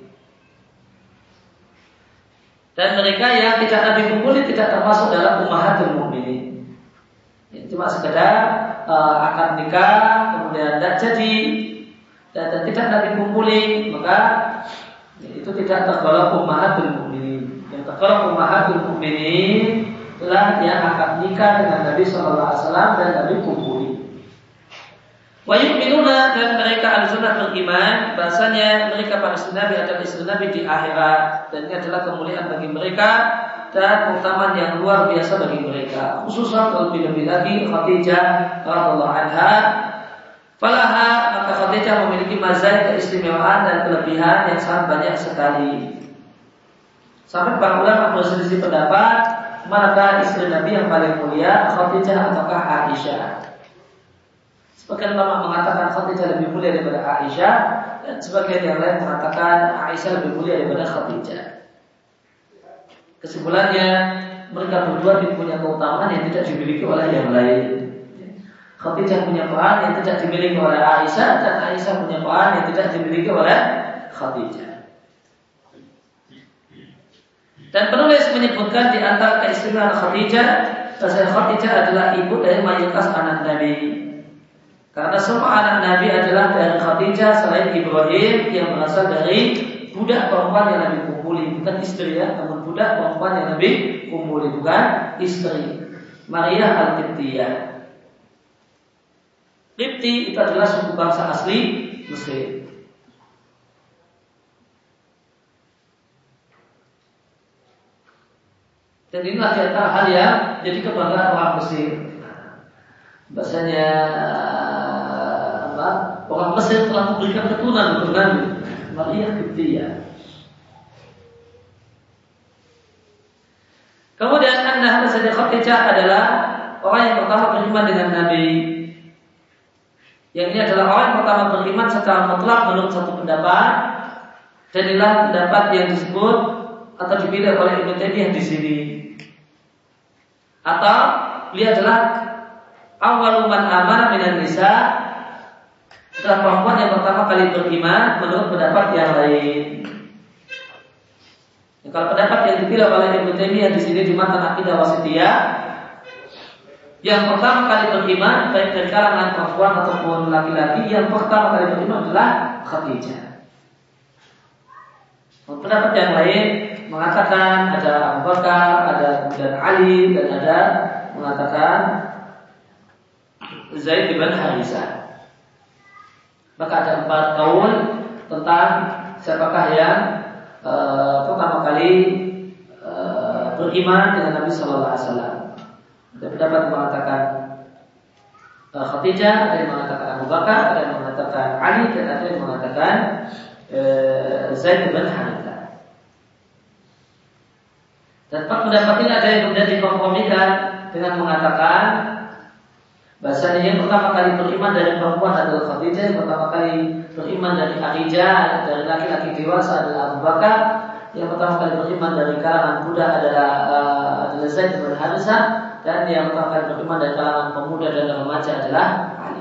Speaker 1: Dan mereka yang tidak Nabi kumpuli tidak termasuk dalam ummahatul mukminin. Cuma sekedar uh, akad nikah, kemudian tidak jadi dan, dan tidak Nabi kumpuli, maka itu tidak tergolong ummahatul mukminin. Yang tergolong ummahatul mukminin adalah yang akad nikah dengan Nabi Shallallahu Alaihi Wasallam dan Nabi kumpuli. Wa yu'minuna, dan mereka al-sunnah beriman bahasanya mereka para istri Nabi adalah istri Nabi di akhirat, dan ini adalah kemuliaan bagi mereka dan keutamaan yang luar biasa bagi mereka. Khususnya lebih-lebih lagi Khadijah radhiyallahu anha, falaha, maka Khadijah memiliki mazhab keistimewaan dan kelebihan yang sangat banyak sekali. Sampai para ulama berselisih pendapat manakah istri Nabi yang paling mulia, Khadijah ataukah Aisyah. Sebagian ulama mengatakan Khadijah lebih mulia daripada Aisyah, dan sebagian yang lain mengatakan Aisyah lebih mulia daripada Khadijah. Kesimpulannya, mereka berdua punya keutamaan yang tidak dimiliki oleh yang lain. Khadijah punya peran yang tidak dimiliki oleh Aisyah, dan Aisyah punya peran yang tidak dimiliki oleh Khadijah. Dan penulis menyebutkan di antara keistimewaan Khadijah, bahwa Khadijah adalah ibu dari mayoritas anak Nabi. Karena semua anak Nabi adalah dari Khadijah selain Ibrahim yang berasal dari budak perempuan yang Nabi kumpuli, bukan istri ya, namun budak perempuan yang Nabi kumpuli, bukan istri. Maria al-Qibtiyah. Qibti itu adalah suku bangsa asli Mesir. Dan inilah di antara hal yang jadi kebanggaan orang Mesir. Bahasanya orang Mesir telah memberikan keturunan untuk Nabi Maria Qibtiyah. Kemudian Anna Sayyidah Khadijah adalah orang yang pertama beriman dengan Nabi. Yang ini adalah orang yang pertama beriman secara mutlak menurut satu pendapat, dan inilah pendapat yang disebut atau dipilih oleh Ibnu Taimiyah di sini. Atau dia adalah awwalu man amana minan nisa, adalah perempuan yang pertama kali beriman menurut pendapat yang lain. Ya, kalau pendapat yang dipilih oleh Ibnu Taimiyah di sini di matan Aqidah Wasithiyah, yang pertama kali beriman baik dari kalangan perempuan ataupun laki-laki, yang pertama kali beriman adalah Khadijah. Pendapat yang lain mengatakan ada Abu Bakar, ada kemudian Ali, dan ada mengatakan Zaid bin Haritsah. Maka ada empat kaul tentang siapakah yang e, pertama kali e, beriman dengan Nabi Sallallahu Alaihi Wasallam. Ada pendapat mengatakan e, Khadijah, ada yang mengatakan Abu Bakar, ada yang mengatakan Ali, dan ada yang mengatakan e, Zaid bin Haritsah. Dan empat pendapat ini ada yang kemudian dikompromikan dengan mengatakan bahasanya yang pertama kali beriman dari perempuan adalah Khadijah, yang pertama kali beriman dari Khadijah, dari laki-laki dewasa adalah Abu Bakar, yang pertama kali beriman dari kalangan budak adalah uh, adalah Zaid bin Haritsah, dan yang pertama kali beriman dari kalangan pemuda dan remaja adalah Ali.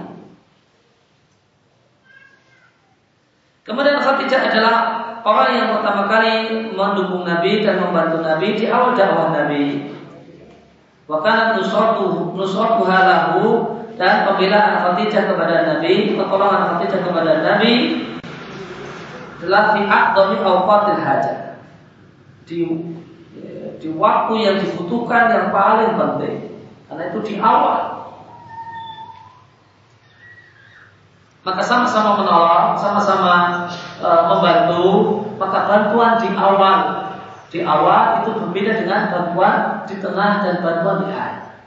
Speaker 1: Kemudian Khadijah adalah orang yang pertama kali mendukung Nabi dan membantu Nabi di awal dakwah Nabi. Wa kanat nusratuhu nusratuha lahu, dan pembelaan Khadijah kepada Nabi, pertolongan Khadijah kepada Nabi adalah fi aqdami awqatil hajat, di di waktu yang dibutuhkan yang paling penting, karena itu di awal. Maka sama-sama menolong, sama-sama e, membantu. Maka bantuan di awal Di awal itu berbeda dengan bantuan di tengah dan bantuan di akhir.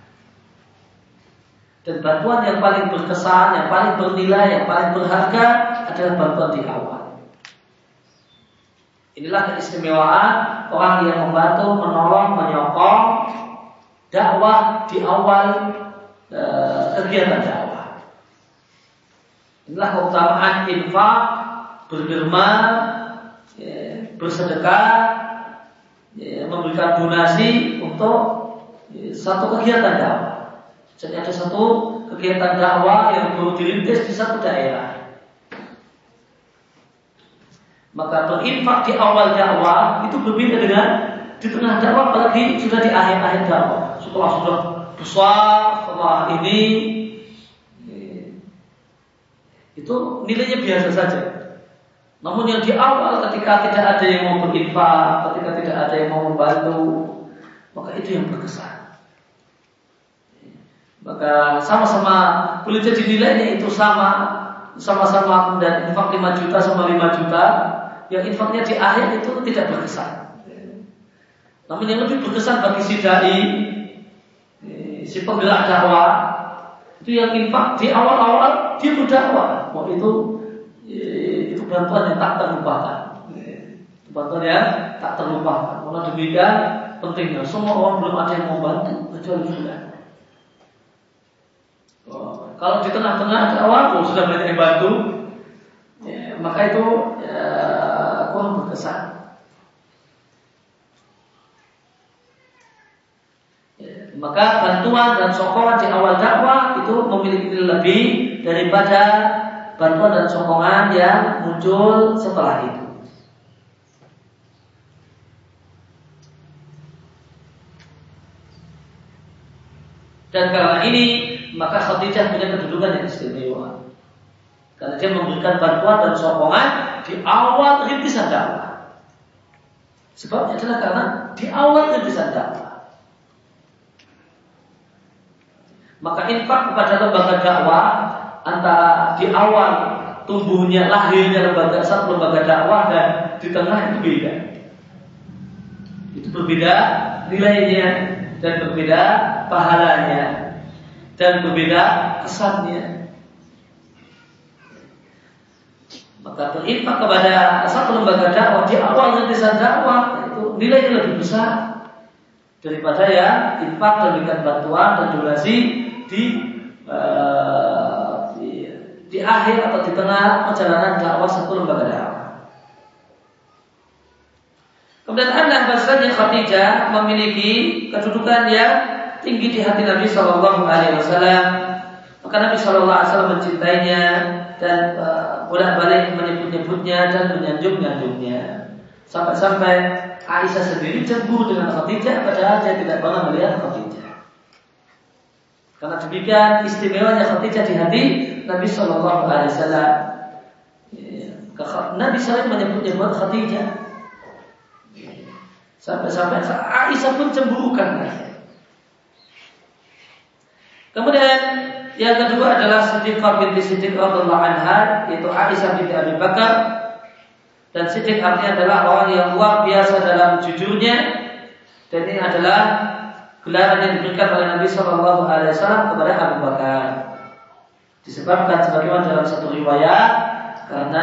Speaker 1: Dan bantuan yang paling berkesan, yang paling bernilai, yang paling berharga adalah bantuan di awal. Inilah keistimewaan orang yang membantu, menolong, menyokong dakwah di awal e, kegiatan dakwah. Inilah keutamaan infak, berderma, ya, bersedekah, ya, memberikan donasi untuk ya, satu kegiatan dakwah. Jadi ada satu kegiatan dakwah yang perlu dirintis di satu daerah. Maka berinfak di awal dakwah itu berbeda dengan di tengah dakwah, apalagi sudah di akhir-akhir dakwah. Setelah sudah besar, setelah ini
Speaker 2: itu nilainya biasa saja. Namun yang di awal ketika tidak ada yang mau berinfak, ketika tidak ada yang mau membantu, maka itu yang berkesan. Maka sama-sama boleh jadi nilainya itu sama, sama-sama dan infak lima juta sama lima juta, yang infaknya di akhir itu tidak berkesan. Namun yang lebih berkesan bagi si dai, si penggerak dakwah, itu yang infak di awal-awal dia berdakwah, mau itu itu bantuan yang tak terlupakan, bantuan yang tak terlupakan. Karena demikian pentingnya semua orang belum ada yang mau bantu kecuali sudah. Oh, kalau di tengah-tengah dakwah sudah banyak yang bantu, ya, maka itu ya, kurang berkesan. Ya, maka bantuan dan sokongan di awal dakwah itu memiliki lebih daripada bantuan dan sokongan yang muncul setelah itu. Dan karena ini maka Khadijah punya kedudukan yang istimewa, karena dia memberikan bantuan dan sokongan di awal rintisan dakwah. Sebabnya adalah karena di awal rintisan dakwah. Maka infak kepada lembaga dakwah antara di awal tumbuhnya lahirnya lembaga satu lembaga dakwah dan di tengah itu beda. Itu berbeda nilainya dan berbeda pahalanya dan berbeda kesannya. Maka berinfak kepada satu lembaga dakwah di awal rintisan dakwah itu nilainya lebih besar daripada yang infak dan berikan bantuan dan donasi di, uh, di di akhir atau di tengah perjalanan dakwah satu lembaga dakwah. Kemudian anak bahasanya Khadijah memiliki kedudukan yang tinggi di hati Nabi Shallallahu Alaihi Wasallam. Maka Nabi Shallallahu Alaihi Wasallam mencintainya dan uh, bolak-balik menyebut-nyebutnya dan menyanjung-nyanjungnya. Sampai-sampai Aisyah sendiri cemburu dengan Khadijah, padahal dia tidak pernah melihat Khadijah. Karena demikian istimewanya Khadijah di hati Nabi Shallallahu Alaihi Wasallam. Nabi sering menyebut-nyebut Khadijah. Sampai-sampai Aisyah pun cemburu karena. Kemudian yang kedua adalah Siddiqah binti Siddiq radhiyallahu anha, yaitu Aisyah binti Abi Bakar. Dan Siddiq artinya adalah orang yang luar biasa dalam jujurnya. Dan ini adalah gelaran yang diberikan oleh Nabi Shallallahu Alaihi Wasallam kepada Abu Bakar. Disebabkan sebagaimana dalam satu riwayat karena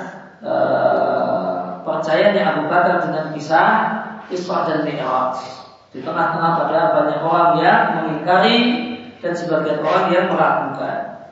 Speaker 2: uh, percayanya Abu Bakar dengan kisah Isra dan Mi'raj. Di tengah-tengah pada banyak orang yang mengingkari dan sebagian orang yang meragukan.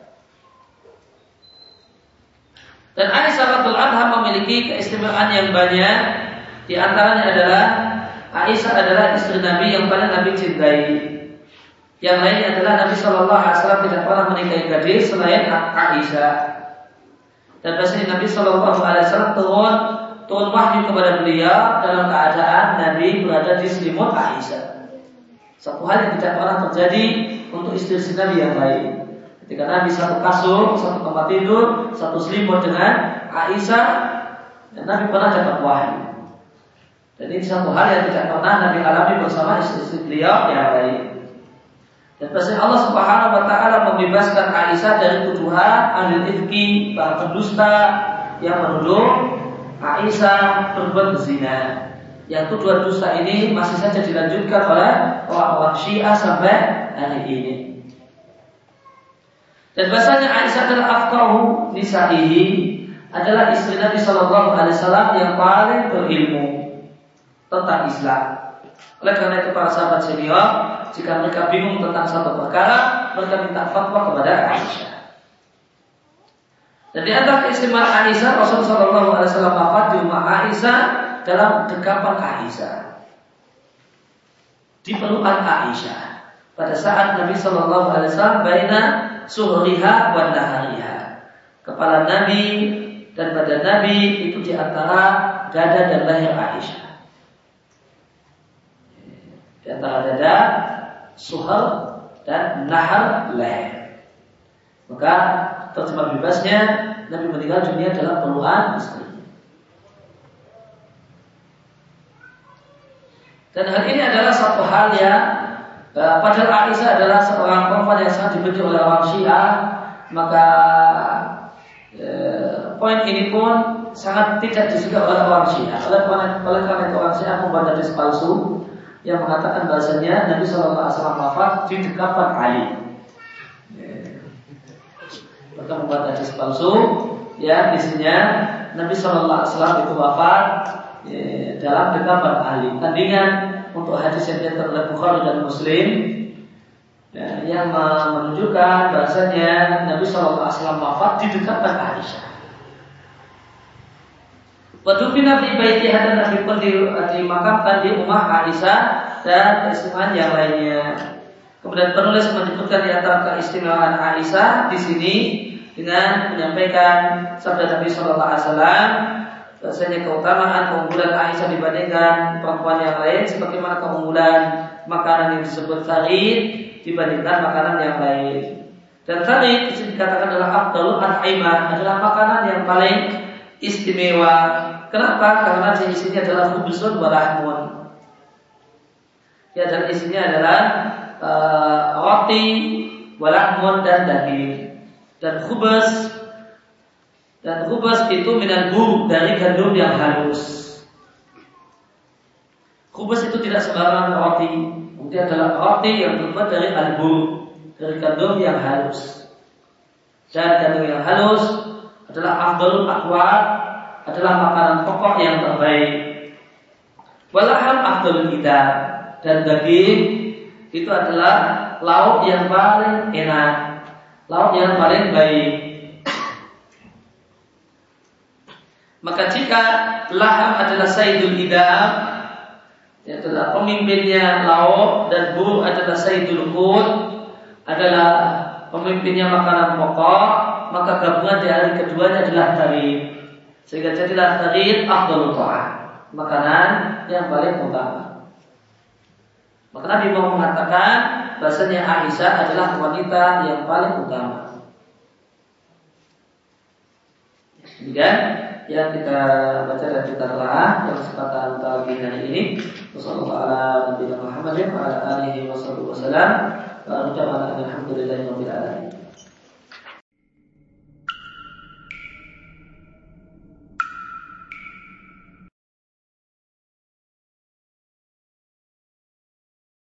Speaker 2: Dan Aisyah radhiyallahu anha memiliki keistimewaan yang banyak. Di antaranya adalah Aisyah adalah istri Nabi yang paling Nabi cintai. Yang lainnya adalah Nabi Shallallahu Alaihi Wasallam tidak pernah menikahi gadis selain Aisyah. Dan pasti Nabi Shallallahu Alaihi Wasallam turun turun wahyu kepada beliau dalam keadaan Nabi berada di selimut Aisyah. Satu hal yang tidak pernah terjadi untuk istri-istri Nabi yang lain. Ketika Nabi satu kasur, satu tempat tidur, satu selimut dengan Aisyah, dan Nabi pernah dapat wahyu. Dan ini satu hal yang tidak pernah Nabi alami bersama istri-istri beliau yang lain. Dan pasti Allah Subhanahu Wa Taala membebaskan Aisyah dari tuduhan ahli ifki, para pendusta yang menuduh Aisyah berbuat zina. Yang tuduhan dusta ini masih saja dilanjutkan oleh orang-orang Syiah sampai hari ini. Dan bahasanya Aisyah adalah afqahu nisa'ihi, adalah istri Nabi Shallallahu Alaihi Wasallam yang paling berilmu tentang Islam. Oleh karena itu para sahabat senior, jika mereka bingung tentang satu perkara, mereka minta fatwa kepada Aisyah. Dan di antara keistimewaan Aisyah, Rasulullah Shallallahu Alaihi Wasallam wafat di rumah Aisyah dalam dekapan Aisyah, di pelukan Aisyah pada saat Nabi Shallallahu Alaihi Wasallam baina suhriha wa nahariha, kepala Nabi dan badan Nabi itu di antara dada dan leher Aisyah, di antara dada, suhar dan nahar leher. Maka terjemah bebasnya Nabi meninggal dunia dalam pelukan istri. Dan hal ini adalah satu hal yang eh, padahal Aisyah adalah seorang perempuan yang sangat dibenci oleh orang Syiah, maka eh, poin ini pun sangat tidak disukai oleh orang Syiah. Oleh karena, oleh karena itu orang Syiah membuat hadis palsu yang mengatakan bahasanya Nabi Shallallahu Alaihi Wasallam wafat di dekapan Ali. Mereka membuat hadis palsu yang isinya Nabi Shallallahu Alaihi Wasallam itu wafat ya, dalam dekapan Ali. Tandingan untuk hadis yang diriwayatkan oleh Bukhari dan Muslim ya, yang menunjukkan bahasanya Nabi Shallallahu Alaihi Wasallam wafat di dekapan Aisyah. Wadufina fi baitiha, dan Nabi pun dimakamkan di rumah Aisyah dan keistimewaan yang lainnya. Kemudian penulis menyebutkan di antara keistimewaan Aisyah di sini dengan menyampaikan sabda Nabi Shallallahu Alaihi Wasallam, bahasanya keutamaan keunggulan Aisyah dibandingkan perempuan yang lain, sebagaimana keunggulan makanan yang disebut tharid dibandingkan makanan yang lain. Dan tharid disini dikatakan adalah afdalul at'imah, adalah makanan yang paling istimewa. Kenapa? Karena di isinya adalah khubzun wa lahmun. Ya, dan isinya adalah uh, roti, wa lahmun, dan daging. Dan khubz, dan khubz itu minal bur, dari gandum yang halus. Khubz itu tidak sembarangan roti. Dia adalah roti yang terbuat dari al-bur, dari gandum yang halus. Dan gandum yang halus adalah afdalul aqwat, adalah makanan pokok yang terbaik. Walaham afdalul idam, dan daging itu adalah lauk yang paling enak, lauk yang paling baik. Maka jika laham adalah sayyidul idam, yaitu adalah pemimpinnya lauk, dan bur adalah sayyidul qut, adalah pemimpinnya makanan pokok, maka gabungan dari keduanya adalah tharid. Sehingga jadilah tharid afdalul ta'am, makanan yang paling utama. Maka Nabi mau mengatakan bahasanya Aisyah adalah wanita yang paling utama. Kemudian yang kita baca dan kita telah yang kesempatan pagi hari ini, wassalamualaikum warahmatullahi wabarakatuh. Wa ala alihi wasallam wa alhamdulillahi rabbil alamin.